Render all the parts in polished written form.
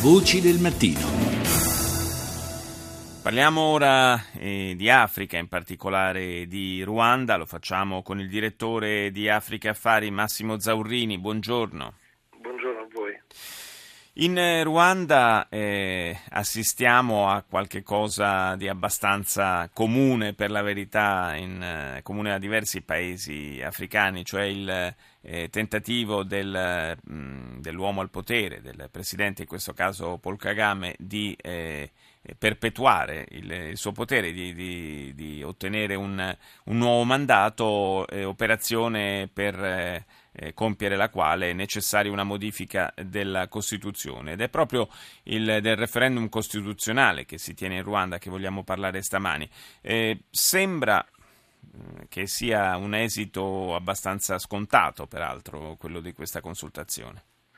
Voci del mattino. Parliamo ora di Africa, in particolare di Ruanda. Lo facciamo con il direttore di Africa Affari, Massimo Zaurrini. Buongiorno. Buongiorno a voi. In Ruanda assistiamo a qualche cosa di abbastanza comune, per la verità, comune a diversi paesi africani, cioè il tentativo dell'uomo al potere, del presidente, in questo caso Paul Kagame, di perpetuare il suo potere, di ottenere un nuovo mandato, operazione per compiere la quale è necessaria una modifica della Costituzione. Ed è proprio del referendum costituzionale che si tiene in Ruanda che vogliamo parlare stamani. Sembra che sia un esito abbastanza scontato, peraltro, quello di questa consultazione.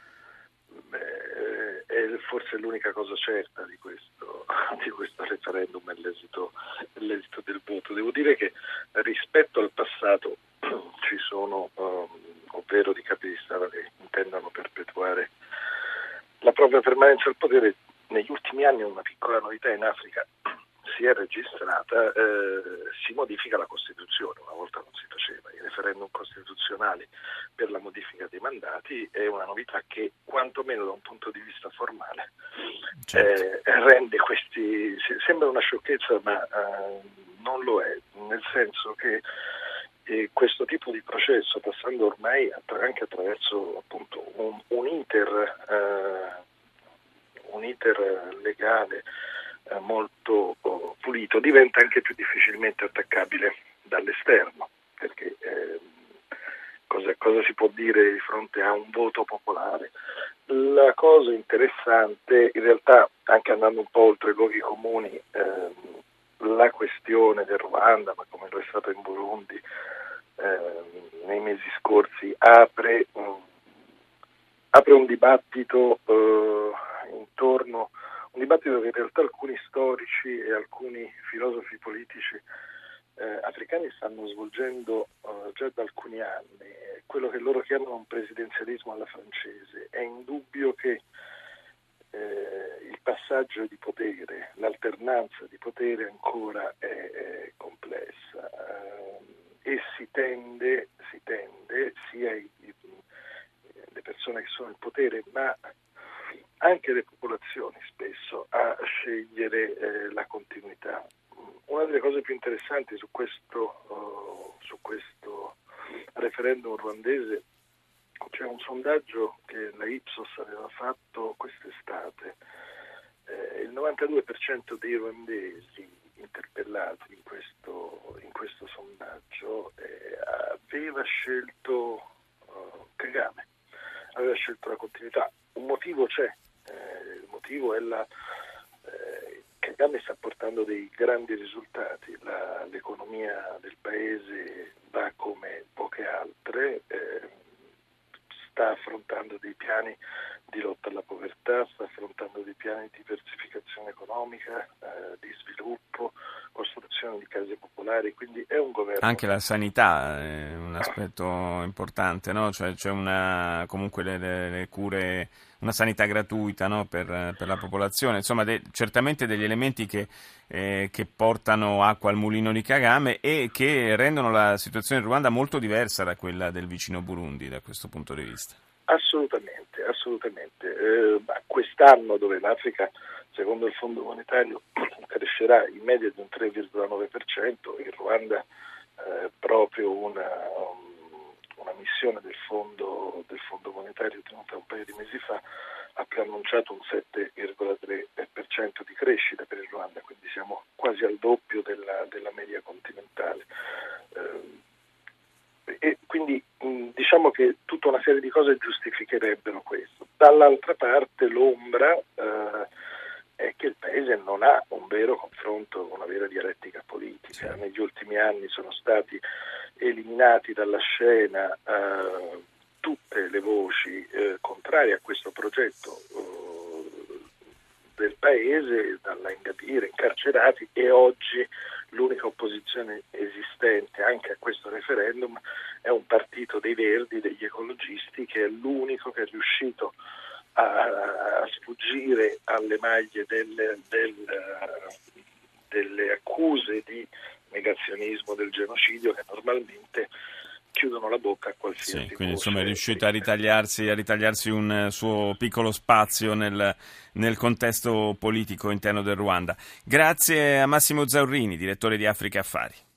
È forse l'unica cosa certa di questo referendum è l'esito del voto. Devo dire che rispetto al passato ci sono ovvero di capi di Stato che intendano perpetuare la propria permanenza al potere. Negli ultimi anni una piccola novità in Africa si è registrata, si modifica la Costituzione. Una volta non si faceva. I referendum costituzionali per la modifica dei mandati è una novità che, quantomeno da un punto di vista formale, rende questi, sembra una sciocchezza, ma non lo è, nel senso che questo tipo di processo, passando ormai anche attraverso appunto un iter legale molto pulito, diventa anche più difficilmente attaccabile dall'esterno, perché cosa si può dire di fronte a un voto popolare? La cosa interessante, in realtà, anche andando un po' oltre i luoghi comuni, la questione del Ruanda, ma come lo è stato in Burundi nei mesi scorsi, apre un dibattito intorno, un dibattito che in realtà alcuni storici e alcuni filosofi politici africani stanno svolgendo già da alcuni anni, quello che loro chiamano un presidenzialismo alla francese. È indubbio che il passaggio di potere, l'alternanza di potere ancora è complessa e si tende sia le persone che sono al potere, ma anche le popolazioni spesso, a scegliere la continuità. Una delle cose più interessanti su questo referendum ruandese, c'è un sondaggio che la Ipsos aveva fatto quest'estate. Il 92% dei ruandesi interpellati in questo sondaggio aveva scelto Kagame, aveva scelto la continuità. Un motivo c'è, il motivo è Kagame sta portando dei grandi risultati, l'economia del paese va come poche altre, sta affrontando dei piani di lotta alla povertà, sta affrontando dei piani di diversificazione economica, di sviluppo, costruzione di case popolari, quindi è un governo. Anche la sanità è un aspetto importante, no? Cioè c'è comunque le cure, una sanità gratuita, no? per la popolazione, insomma certamente degli elementi che portano acqua al mulino di Kagame e che rendono la situazione in Ruanda molto diversa da quella del vicino Burundi da questo punto di vista. Assolutamente. Quest'anno, dove l'Africa, secondo il Fondo monetario, crescerà in media di un 3,9%, in Ruanda proprio una missione del Fondo monetario tenuta un paio di mesi fa ha preannunciato un 7,3% di crescita per il Ruanda, quindi siamo quasi al doppio della media continentale. E quindi diciamo che tutta una serie di cose giustificherebbero questo. Dall'altra parte l'ombra è che il paese non ha un vero confronto, una vera dialettica politica. Sì. Negli ultimi anni sono stati eliminati dalla scena tutte le voci contrarie a questo progetto del paese, dalla Ingabire, incarcerati, e oggi l'unica opposizione esistente anche a questo referendum è un partito dei Verdi, degli ecologisti, che è l'unico che è riuscito a sfuggire alle maglie delle accuse di negazionismo del genocidio che normalmente chiudono la bocca a qualsiasi quindi voce. insomma è riuscito a ritagliarsi un suo piccolo spazio nel contesto politico interno del Ruanda. Grazie a Massimo Zaurrini, direttore di Africa Affari.